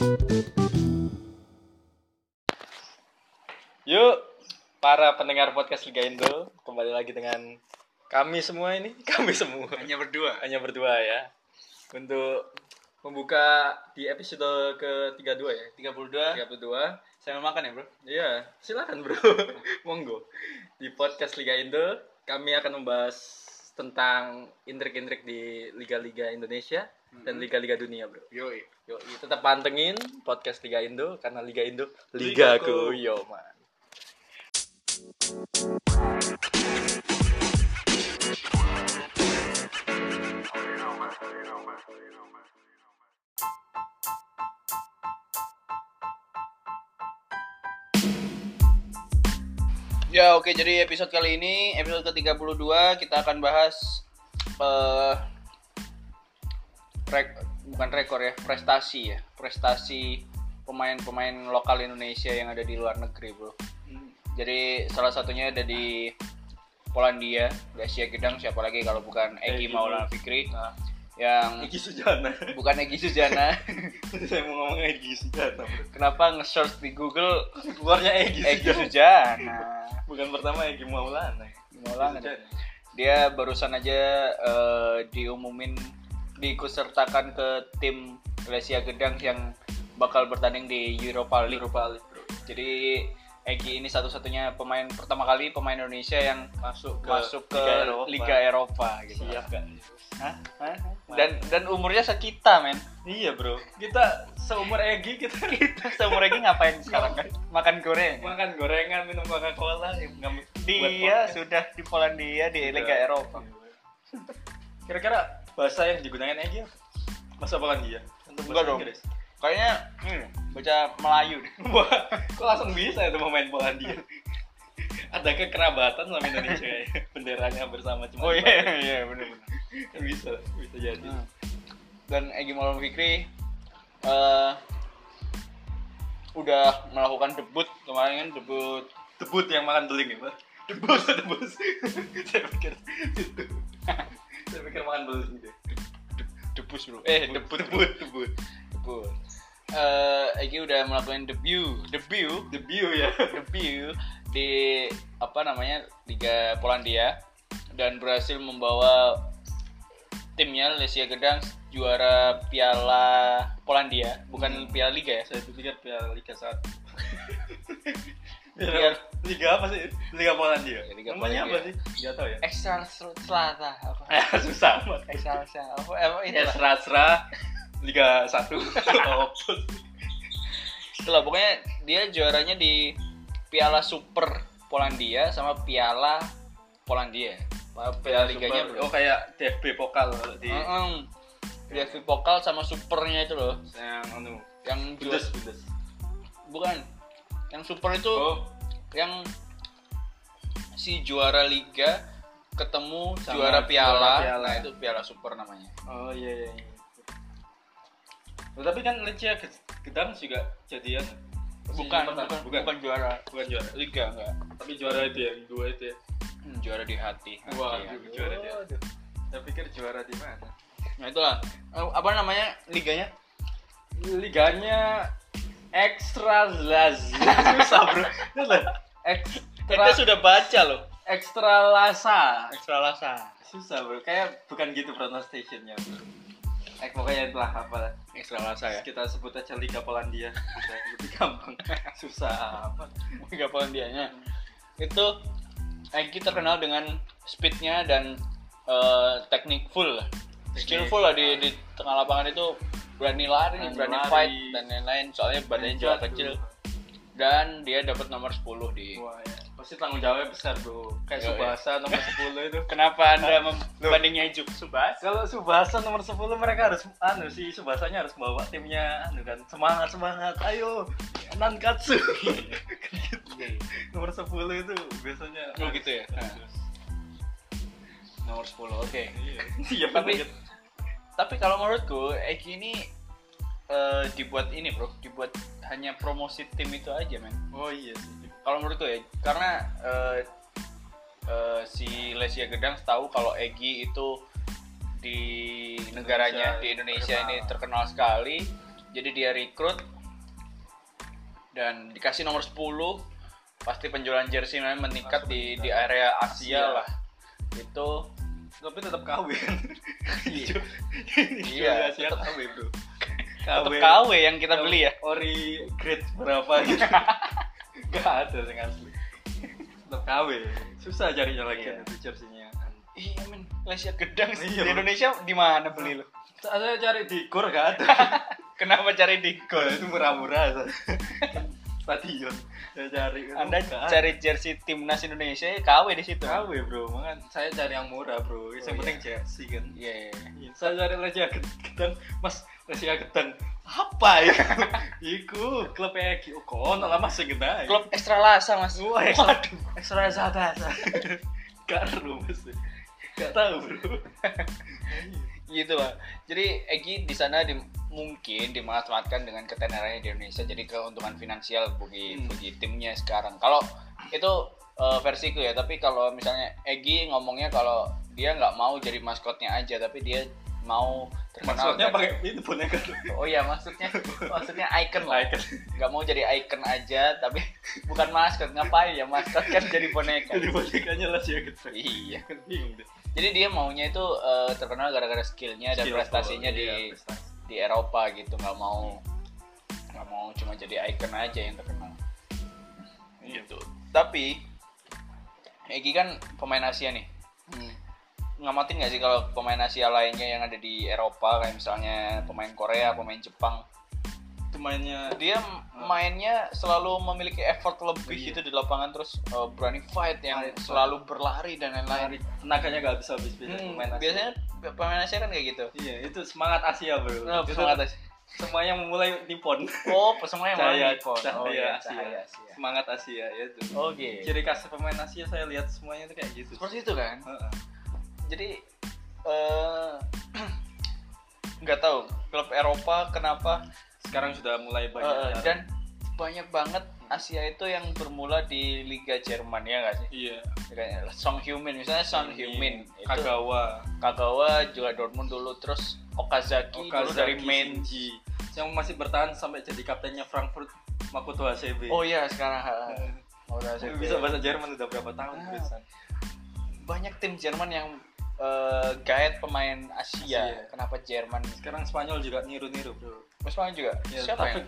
Yuk, para pendengar podcast Liga Indo, kembali lagi dengan kami semua ini. Kami semua. Hanya berdua ya. Untuk membuka di episode ke-32 ya. 32. Saya mau makan ya, Bro? Iya, silakan, Bro. Monggo. Di podcast Liga Indo, kami akan membahas tentang intrik-intrik di liga-liga Indonesia dan liga-liga dunia, Bro. Yoi, tetap pantengin podcast Liga Indo karena Liga Indo ligaku, yo man. Ya oke, jadi episode kali ini, episode ke-32 kita akan bahas prestasi pemain-pemain lokal Indonesia yang ada di luar negeri, Bro. Jadi salah satunya ada di Polandia, Lesia Gedang, siapa lagi kalau bukan Egy Maulana Fikri. Yang Egy Sujana. Bukan Egy Sujana. Saya mau ngomong Egy Sujana. Kenapa nge-search di Google Keluarnya Egy Sujana? Bukan pertama Egy Maulana. Dia barusan aja diumumin diikutsertakan ke tim Lesia Gedang yang bakal bertanding di Europa League, Bro. Jadi Egy ini satu-satunya pertama kali pemain Indonesia yang masuk ke Liga Eropa gitu. Siap gak? Hah? Dan umurnya sekita, men. Iya, Bro. Kita seumur Egy, kita Seumur Egy ngapain sekarang kan? Makan gorengan, minum Coca-Cola. Dia sudah di Polandia di Liga Eropa. Kira-kira bahasa yang digunakan Egy apa? Bahasa Polandia untuk Enggak bahasa dong. Inggris. Kayaknya baca Melayu deh. Wah, kok langsung bisa itu pemain Polandia? Ada kekerabatan sama Indonesia ya. Benderanya bersama cuma. Oh iya benar. Bisa jadi. Dan Egy Maulana Fikri udah melakukan debut kemarin kan, Debut yang makan beling ya, Pak. Debut. Saya pikir makan beling gitu. debus bro. Debut. Egy udah melakukan debut ya. Debut di Liga Polandia dan berhasil membawa timnya Lesia Gedang juara Piala Polandia, bukan Piala Liga ya. Saya pikir Piala Liga 1. Liga apa sih? Liga Polandia. Ya, Liga namanya Polandia. apa sih? Enggak tahu ya. Extralata apa? Susah banget. Extralata apa itu? Serah Liga 1. Itulah pokoknya dia juaranya di Piala Super Polandia sama Piala Polandia. Piala liganya bro. Oh kayak DFB Pokal di DFB Pokal sama Supernya itu loh. Yang Bundes. Bukan. Yang Super itu yang si juara liga ketemu sama juara piala. Nah itu Piala Super namanya. Oh iya. Oh, tapi kan Lesia Gedang juga jadian. Bukan juara liga enggak. Tapi juara itu yang dua itu ya. Juara di hati. Wah, juara di hati. Saya pikir juara di mana? Nah itulah. Apa namanya liganya? Liganya Extralasa. Susah, Bro. Kita sudah baca loh. Extralasa. Susah, Bro. Kayak bukan gitu pronunciation-nya, Bro. Pokoknya itulah apa. Extralasa ya. Kita sebut aja Liga Polandia. Bisa lebih gampang. Susah apa? Liga Polandianya. Itu Egy terkenal dengan speednya dan teknik full lah. Skillful lah di tengah lapangan itu, berani lari, berani fight dan lain-lain. Soalnya badannya juga kecil dan dia dapat nomor 10 di. Wah, ya. Pasti tanggung jawabnya besar, Bro. Kayak Subasa nomor 10 itu. Kenapa Anda membandingnya Subasa? Kalau Subasa nomor 10 mereka harus si Subasanya harus bawa timnya kan. Semangat. Ayo, Nankatsu. Nomor 10 itu biasanya. Oh gitu ya. Nomor 10. Oke. Iya, tapi kalau menurutku Egy ini dibuat hanya promosi tim itu aja, men. Oh iya sih. Kalau menurutku ya, karena si Lesia Gedang tahu kalau Egy itu di negaranya, di Indonesia ini terkenal sekali Jadi dia rekrut dan dikasih nomor 10, pasti penjualan jersey meningkat di area Asia lah. Itu tapi tetap KW kan. Iya, tetap KW, Bro. Tetap KW yang kita beli ya. Ori grade berapa gitu. Gak ada yang asli. Tetap KW. Susah carinya lagi itu jersey-nya. Iya men, Lesia Gedang di Indonesia di mana beli lo? Saya cari di GOR gak ada. Kenapa cari di GOR? Itu murah-murah. Stadion. Saya cari. Anda cari jersey timnas Indonesia ya KW di situ. KW, Bro. Makanya saya cari yang murah, Bro. Yang penting jersey kan. Iya. Saya cari Lesia Gedang. Mas, Lesia Gedang. Apa ya? Iku klub Egi. Oh, kono lah Mas sing ngene. Klub Ekstra Lasa, Mas. Wah, Ekstra Lasa. Gak ru, Mas. Gak tahu, Bro. Gitu lah. Jadi Egi di sana mungkin dimanfaatkan dengan ketenarannya di Indonesia, jadi keuntungan finansial bagi timnya sekarang. Kalau itu versiku ya, tapi kalau misalnya Egi ngomongnya kalau dia nggak mau jadi maskotnya aja, tapi dia mau terkenal. Maksudnya pakai itu boneka. Oh iya, maksudnya icon lah. Nggak mau jadi icon aja, tapi bukan maskot. Ngapain ya maskot kan jadi boneka. Jadi bonekanya lah sih gitu. Iya. Bingung deh. Jadi dia maunya itu terkenal gara-gara skillnya dan prestasinya di Eropa gitu, nggak mau cuma jadi icon aja yang terkenal gitu. Tapi Egi kan pemain Asia nih, ngamatin nggak sih kalau pemain Asia lainnya yang ada di Eropa, kayak misalnya pemain Korea, pemain Jepang, dia mainnya selalu memiliki effort lebih gitu di lapangan, terus berani fight yang selalu berlari dan lain-lain. Tenaganya nggak habis-habis pemain Asia. Biasanya pemain Asia kan kayak gitu. Iya, itu semangat Asia, Bro. Semangat Asia. Semuanya memulai Nippon. Oh, semuanya mulai Nippon. Cahaya Asia. Semangat Asia ya itu. Oke. Ciri khas pemain Asia saya lihat semuanya itu kayak gitu. Seperti itu kan? Jadi nggak tahu klub Eropa kenapa sekarang sudah mulai banyak dan banyak banget Asia itu yang bermula di Liga Jerman, ya nggak sih? Iya. Kayak Son Heung-min, misalnya Son Heung-min, Kagawa juga Dortmund dulu, terus Okazaki dulu dari Mainz yang masih bertahan sampai jadi kaptennya Frankfurt, Makoto Hasebe. Oh iya, sekarang bisa bahasa Jerman udah berapa tahun banyak tim Jerman yang gaet pemain Asia. Kenapa Jerman? Sekarang Spanyol juga niru-niru, Bro. Spanyol juga? Ya, siapa yang?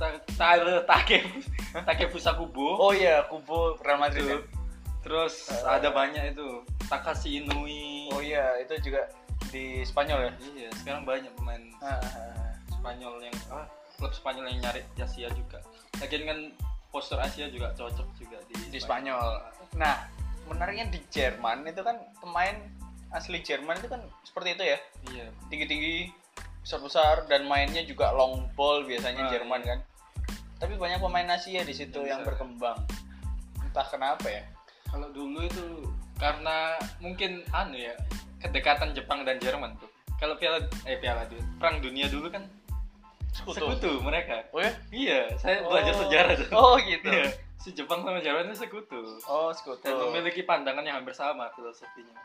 Takefusa Kubo. Oh iya, Kubo Real Madrid kan? Terus ada banyak itu Takashi Inui. Oh iya, itu juga di Spanyol ya? Iya, sekarang banyak pemain Spanyol yang klub Spanyol yang nyari Asia juga. Lagian kan poster Asia juga cocok juga di Spanyol. Nah, menariknya di Jerman itu kan pemain asli Jerman itu kan seperti itu ya. Iya. Tinggi-tinggi, besar-besar, dan mainnya juga long ball biasanya Jerman kan. Tapi banyak pemain Asia di situ yang berkembang. Entah kenapa ya. Kalau dulu itu karena mungkin kedekatan Jepang dan Jerman tuh. Kalau Perang Dunia dulu kan sekutu mereka. Oh ya? Iya, saya belajar sejarah tuh. Oh gitu. Iya. Si Jepang sama Jerman itu sekutu. Oh, sekutu. Dan memiliki pandangan yang hampir sama filosofinya.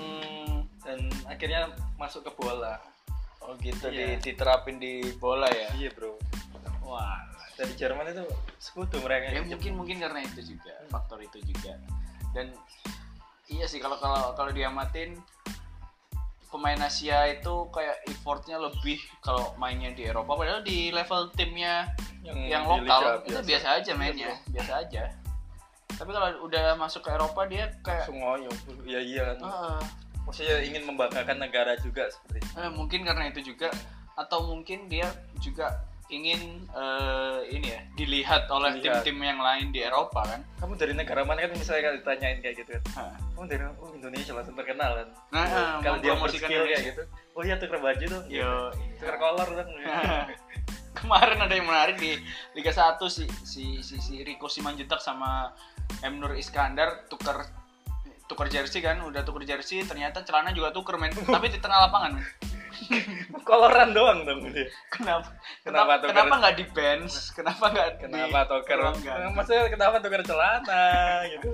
Dan akhirnya masuk ke bola. Oh gitu, diterapin di bola ya? Iya, Bro. Wah, dari Jerman itu sekutu mereka. Ya mungkin karena itu juga, faktor itu juga. Dan iya sih, kalau diamatin pemain Asia itu kayak effortnya lebih kalau mainnya di Eropa, padahal di level timnya yang lokal itu biasa aja mainnya, biasa aja. Tapi kalau udah masuk ke Eropa dia kayak sungoyo. Iya kan. Maksudnya ingin membanggakan negara juga seperti itu. Mungkin karena itu juga, atau mungkin dia juga ingin dilihat oleh tim-tim yang lain di Eropa kan. Kamu dari negara mana kan, misalnya kalau ditanyain kayak gitu kan. Kamu dari Indonesia, langsung terkenal kan. Kalau dia berskill kayak gitu. Oh iya, tukar baju tuh. Yo, tukar kolor kan. Kemarin ada yang menarik di Liga 1 si Riko Simanjuntak sama M Nur Iskandar tukar jersey kan, udah tukar jersey, ternyata celana juga tuker men, tapi di tengah lapangan men. Koloran doang dong dia. Kenapa nggak di bench? Kenapa tuker? Maksudnya kenapa tukar celana gitu?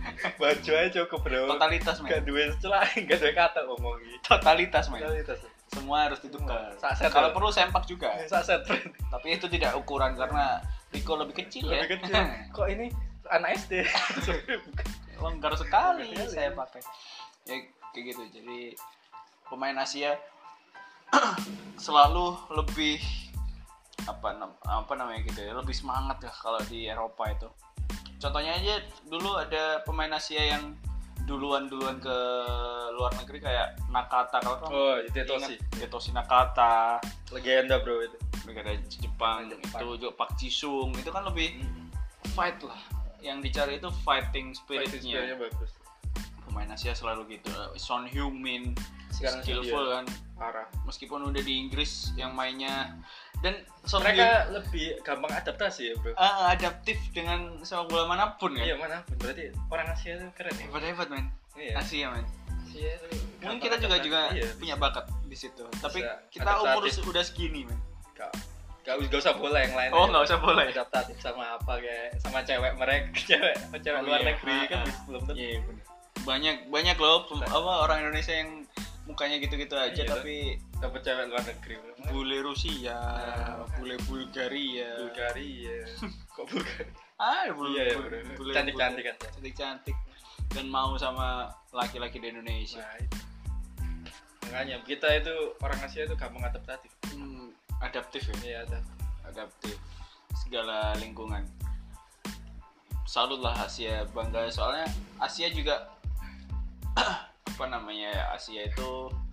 Baju aja cukup, Bro. Totalitas men. Gak dua celana, gak dua kata ngomong gitu. Totalitas men. Semua harus ditukar. Saset, kalau ya? perlu sempak juga. Saset, friend. Tapi itu tidak ukuran karena Rico lebih kecil ya. Lebih kecil. Kok ini anak SD? Longgar sekali saya pakai. Ya kayak gitu. Jadi pemain Asia selalu lebih apa namanya gitu ya, lebih semangat ya kalau di Eropa itu. Contohnya aja dulu ada pemain Asia yang duluan ke luar negeri kayak Nakata, kalau kamu Hidetoshi Nakata, legenda bro itu. negara Jepang. Itu juga Park Ji-sung, itu kan lebih fight lah. Yang dicari itu fighting spiritnya. Bagus. Pemain Asia selalu gitu. Son Heung-min Sekarang skillful kan, parah. meskipun udah di Inggris yang mainnya, dan mereka lebih gampang adaptasi ya bro. Adaptif dengan sepak bola manapun kan. Iya manapun, berarti orang Asia itu keren ya. Hebat men. Iya. Asia men. Asia itu Mungkin kita juga punya bakat di situ. Tapi kita adaptatif. umur udah segini men. Gak usah bola yang lain. Oh nggak usah bola ya. Adaptatif sama apa kayak sama cewek mereka, cewek luar negeri kan belum tentu. Iya benar. Banyak loh orang Indonesia yang mukanya gitu-gitu aja iya, tapi dapat cewek luar negeri. Bule Rusia, bule Bulgaria. Kok Bulgaria? Bule cantik-cantik kan. Cantik-cantik dan mau sama laki-laki di Indonesia. Nah, itu. Makanya kita itu orang Asia itu gampang adaptatif. Adaptif ya. Iya, adaptif segala lingkungan. Salut lah Asia, bangga soalnya Asia juga apa namanya ya, Asia itu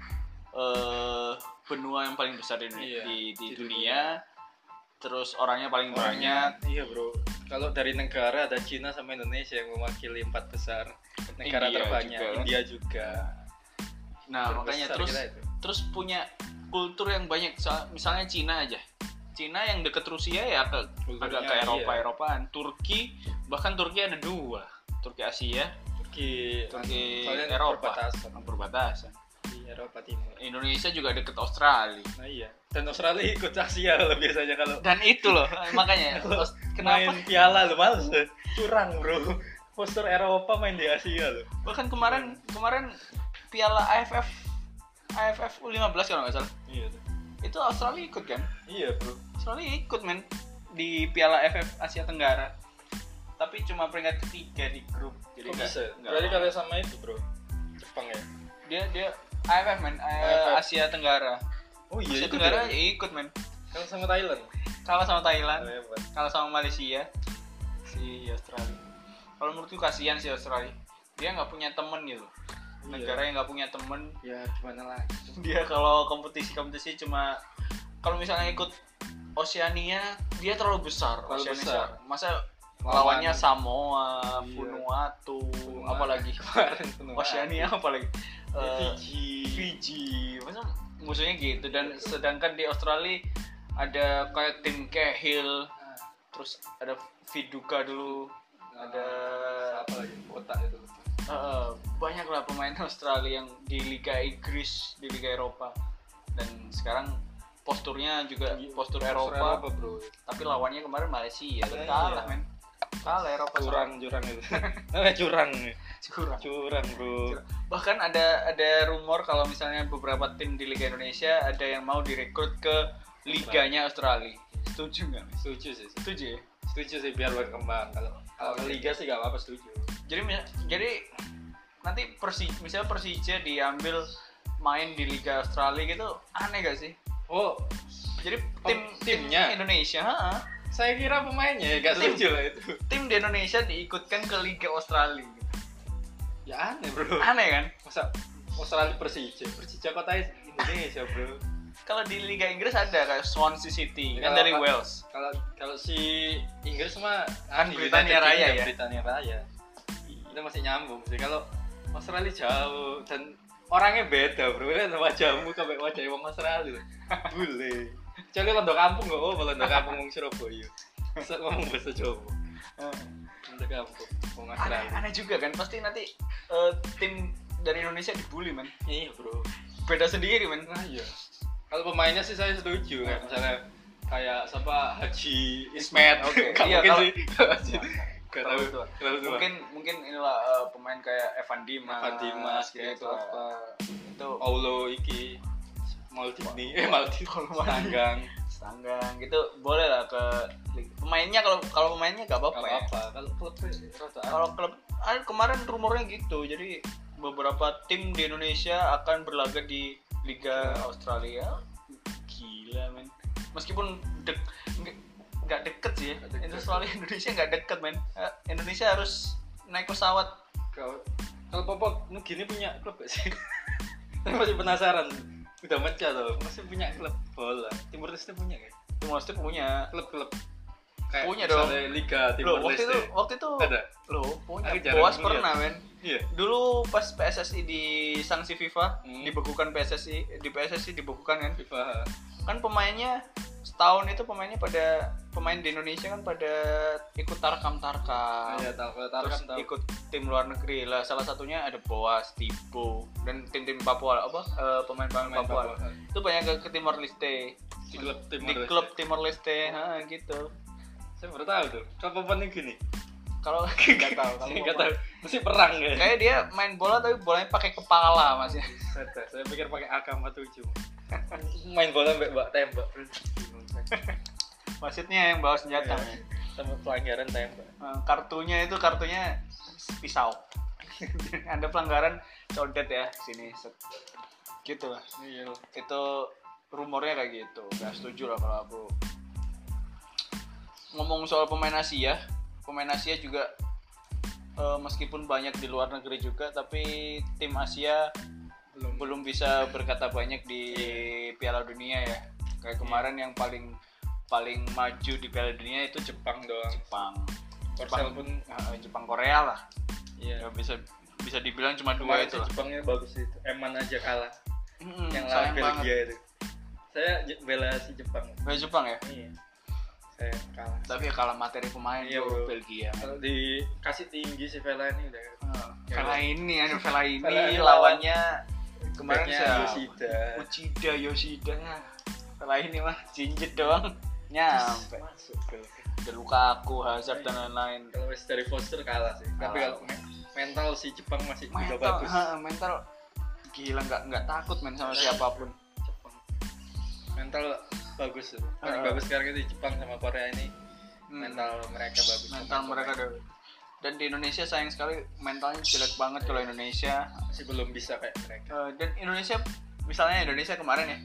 benua yang paling besar di dunia. Terus orangnya paling banyak. Iya bro, kalau dari negara ada Cina sama Indonesia yang mewakili 4 besar negara terbanyak juga, India juga. Nah makanya terus punya kultur yang banyak. Misalnya Cina aja, Cina yang deket Rusia ya agak ke Eropa-Eropaan. Turki, bahkan Turki ada 2, Turki Asia, Turki Eropa, perbatasan di Eropa Timur. Indonesia juga deket Australia. Nah iya, dan Australia ikut Asia kalau biasanya kalau. Dan itu loh makanya kenapa main piala lo males, curang bro. Poster Eropa main di Asia lo. Bahkan kemarin piala AFF U15 kalau nggak salah. Iya tuh. Itu Australia ikut kan? Iya bro. Australia ikut men di Piala AFF Asia Tenggara. Tapi cuma peringkat ketiga di grup. Jadi nggak. Berarti kalau sama itu bro, Jepang ya? Dia AFF men, Asia Tenggara. Oh iya. Asia Tenggara ya ikut men. Kalah sama Thailand. Kalah sama Malaysia. Si Australia. Kalau menurutku kasihan si Australia. Dia nggak punya temen gitu. Negara yang nggak punya temen. Ya gimana lah. Dia kalau kompetisi cuma kalau misalnya ikut Oceania dia terlalu besar. Masa lawannya Samoa, Vanuatu, apalagi kemarin Oceania apalagi Fiji. Masa musuhnya gitu. Dan sedangkan di Australia ada kayak tim Cahill, terus ada Viduka dulu, ada apa lagi kota itu. Banyak lah pemain Australia yang di Liga Inggris, di Liga Eropa, dan sekarang posturnya juga postur Eropa bro. Tapi lawannya kemarin Malaysia kalah men. Kalah Eropa. Curang itu. Curang bro. Bahkan ada rumor kalau misalnya beberapa tim di Liga Indonesia ada yang mau direkrut ke liganya Australia. Setuju nggak? Setuju sih biar berkembang. Kalau liga sih nggak apa-apa, setuju. Jadi nanti misalnya Persija diambil main di Liga Australia gitu, aneh gak sih? Oh, jadi timnya Indonesia, saya kira pemainnya gak setuju lah itu. Tim di Indonesia diikutkan ke Liga Australia. Ya aneh bro. Aneh kan? Masa Australia Persija kotanya Indonesia bro. Kalau di Liga Inggris ada kayak Swansea City kan dari Wales. Kalau si Inggris mah kan Britania Raya ya. Britania Raya. Itu masih nyambung sih. Kalau Australia jauh dan orangnya beda bro. Kan wajahmu sampai wajah wong Australia. Bule. Kecuali londo kampung kok, londo kampung wong Surabaya. Bisa ngomong bahasa Jawa. Londo kampung wong Australia. Aneh juga kan, pasti nanti tim dari Indonesia dibully man. Iya bro. Beda sendiri man. Nah, iya. Kalau pemainnya sih saya setuju kan, misalnya kayak siapa Haji Ismet. Oke. Iya kalau mungkin inilah pemain kayak Evan Dimas gitu apa itu Paulo iki Maldini Sanggang gitu boleh lah ke pemainnya. Kalau pemainnya nggak apa-apa ya. Kalau klub kemarin rumornya gitu, jadi beberapa tim di Indonesia akan berlaga di Liga Australia. Gila men, meskipun nggak deket sih ya. Australia Indonesia nggak deket men. Indonesia harus naik pesawat. Kalau Popok gini punya klub gak sih? Saya masih penasaran. Udah mencah loh, masih punya klub bola. Timur Leste punya kan? Timur Leste punya klub kayak punya dong. Liga Timur Leste. Waktu itu ada. Loh, punya. Boas pernah men. Iya. Dulu pas PSSI disanksi FIFA, dibekukan PSSI, di PSSI dibekukan kan FIFA. Kan pemainnya setahun itu pemain di Indonesia kan pada ikut tarkam. Iya, terus ikut tim luar negeri lah. Salah satunya ada Boas, Tibo dan tim Papua pemain-pemain Papua. Itu banyak ke Timor Leste. Di klub Timor Leste, gitu. Saya baru tahu tuh. Kalau pemain gini. Kalau nggak tahu, mesti perang ya. Kayak dia main bola tapi bolanya pakai kepala Mas ya. Saya pikir pakai AK-47. Main bola mbak tembak. Maksudnya yang bawa senjata ya. Sama pelanggaran tembak. Kartunya pisau. Ada pelanggaran condet ya sini. Gitu lah. Iya. Itu rumornya kayak gitu. Gak setuju lah kalau aku. Ngomong soal pemain Asia juga meskipun banyak di luar negeri juga, tapi tim Asia belum bisa berkata banyak di Piala Dunia ya. Kayak kemarin yang paling maju di Piala Dunia itu Jepang doang. Jepang Korea lah. Iya. Ya, bisa dibilang cuma dua itu. Jepangnya bagus itu. Eman aja kalah. Yang lawan Belgia itu. Saya bela si Jepang. Bela Jepang ya? Iya. Saya kalah. Tapi ya kalah materi pemain Belgia. Kalau dikasih tinggi si Vela ini udah. Vela ini lawannya kemarin Yoshida. Vela ini mah jinjit doang nyampe. Masuk. Ada Lukaku, Hazard dan lain-lain. Kalau dari Foster kalah sih. Tapi kalau mental si Jepang masih juga bagus. Mental gila, nggak takut main sama siapapun. Jepang. Mental bagus. Paling bagus sekarang itu Jepang sama Korea ini. Mental mereka bagus. Mental mereka dan di Indonesia sayang sekali mentalnya jelek banget. Kalau Indonesia masih belum bisa kayak mereka. Dan Indonesia kemarin ya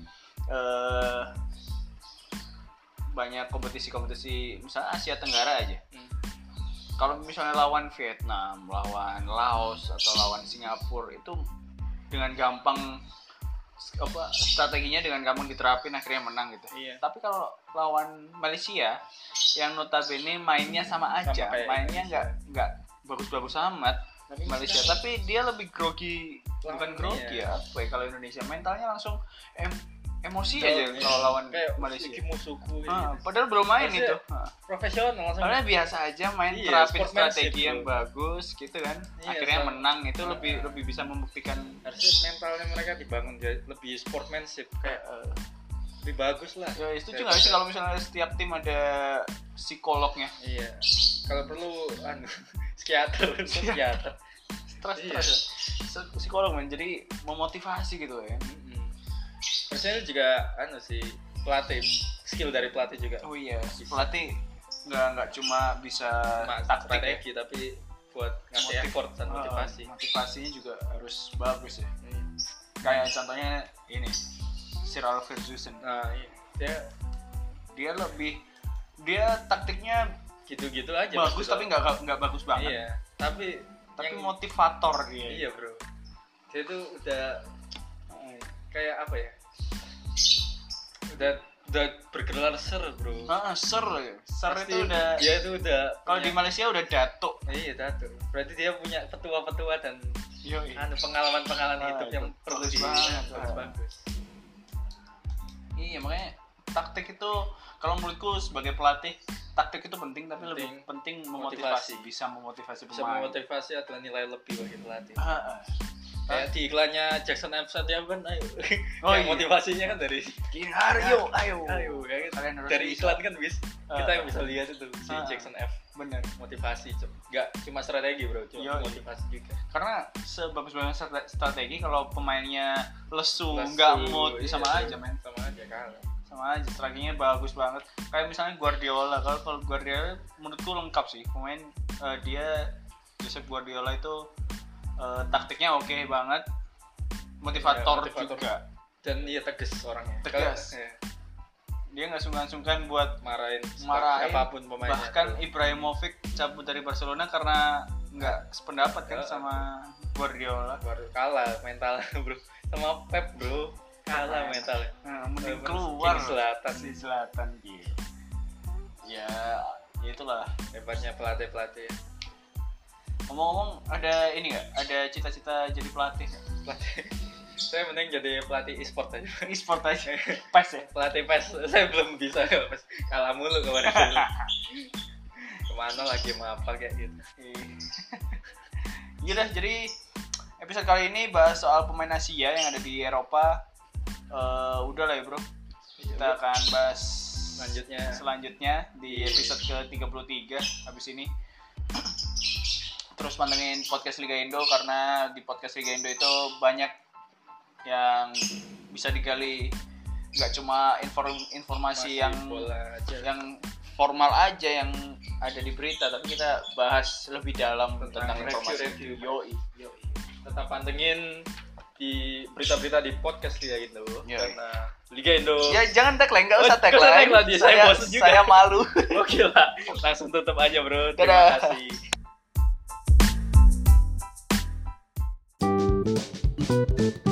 banyak kompetisi misalnya Asia Tenggara aja. Kalau misalnya lawan Vietnam, lawan Laos atau lawan Singapura itu dengan gampang strateginya dengan gampang diterapin akhirnya menang gitu. Iya. Tapi kalau lawan Malaysia yang notabene mainnya sama aja, mainnya nggak bagus-bagus amat Malaysia, tapi dia lebih grogi, bukan grogi ya. Kalau Indonesia mentalnya langsung emosi aja kalau lawan Malaysia. Musuhku padahal belum main itu. Profesional langsung. Karena biasa aja main terapin strategi yang bagus gitu kan. Akhirnya menang itu lebih bisa membuktikan. Harusnya mentalnya mereka dibangun jadi lebih sportsmanship kayak lebih bagus lah. Ya setuju nggak sih kalau misalnya setiap tim ada psikolognya? Iya. Kalau perlu psikiater. Stres. Psikolog men, jadi memotivasi gitu ya. Personil juga sih pelatih, skill dari pelatih juga. Oh iya, pelatih nggak cuma bisa taktik strategi tapi buat ngasih effort dan motivasi. Motivasinya juga harus bagus ya. Kayak contohnya ini Sir Alex Ferguson. Nah, iya. Dia taktiknya gitu-gitu aja. Bagus tapi nggak bagus banget. Iya. Tapi motivator dia. Iya bro. Dia tuh udah kayak apa ya? Udah bergelar Sir bro. Sir itu udah. Dia itu udah. Kalau di Malaysia udah datuk. Iya datuk. Berarti dia punya petua-petua dan pengalaman hidup yang perlu bagus. Iya makanya taktik itu kalau menurutku sebagai pelatih taktik itu penting, tapi lebih penting memotivasi. Bisa memotivasi pemain. Bisa memotivasi adalah nilai lebih bagi pelatih. Kayak di iklannya Jackson F1 ya kan, ayo. Motivasinya kan dari ayo. Kayak gitu. Dari iklan kan kita bisa lihat itu si Jackson F. Bener. Motivasi, nggak cuma strategi bro, cuma motivasi juga. Karena sebagus-bagusnya strategi kalau pemainnya lesu nggak mood, sama aja men. Sama aja kalah. Sama aja, strateginya bagus banget. Kayak misalnya Guardiola, kalau Guardiola menurutku lengkap sih. Pemain dia Josep Guardiola itu taktiknya oke banget, motivator juga. Dan dia tegas orangnya. Tegas. Dia nggak sungkan-sungkan buat marahin apapun pemainnya. Bahkan Ibrahimovic cabut dari Barcelona karena nggak sependapat kan sama Guardiola. Kalah mental bro, sama Pep bro. Kalah mentalnya. Mending keluar si Zlatan gitu. Ya itulah hebatnya pelatih ya. Ngomong-ngomong, ada ini nggak? Ada cita-cita jadi pelatih? Saya mending jadi pelatih e-sport aja. E-sport aja. PES ya? Pelatih PES. Saya belum bisa PES. Kalah mulu kemarin. Kemana lagi apa kayak gitu. Yaudah, jadi episode kali ini bahas soal pemain Asia yang ada di Eropa. Udah lah ya bro. Kita akan bahas selanjutnya di episode ke-33 habis ini. Terus pantengin podcast Liga Indo, karena di podcast Liga Indo itu banyak yang bisa digali, nggak cuma informasi yang formal aja yang ada di berita, tapi kita bahas lebih dalam tentang informasi review. Yoi. Tetap pantengin di berita-berita di podcast Liga Indo. Karena Liga Indo. Ya jangan tagline, nggak usah tagline. Saya malu. Oke lah, langsung tutup aja bro. Terima kasih.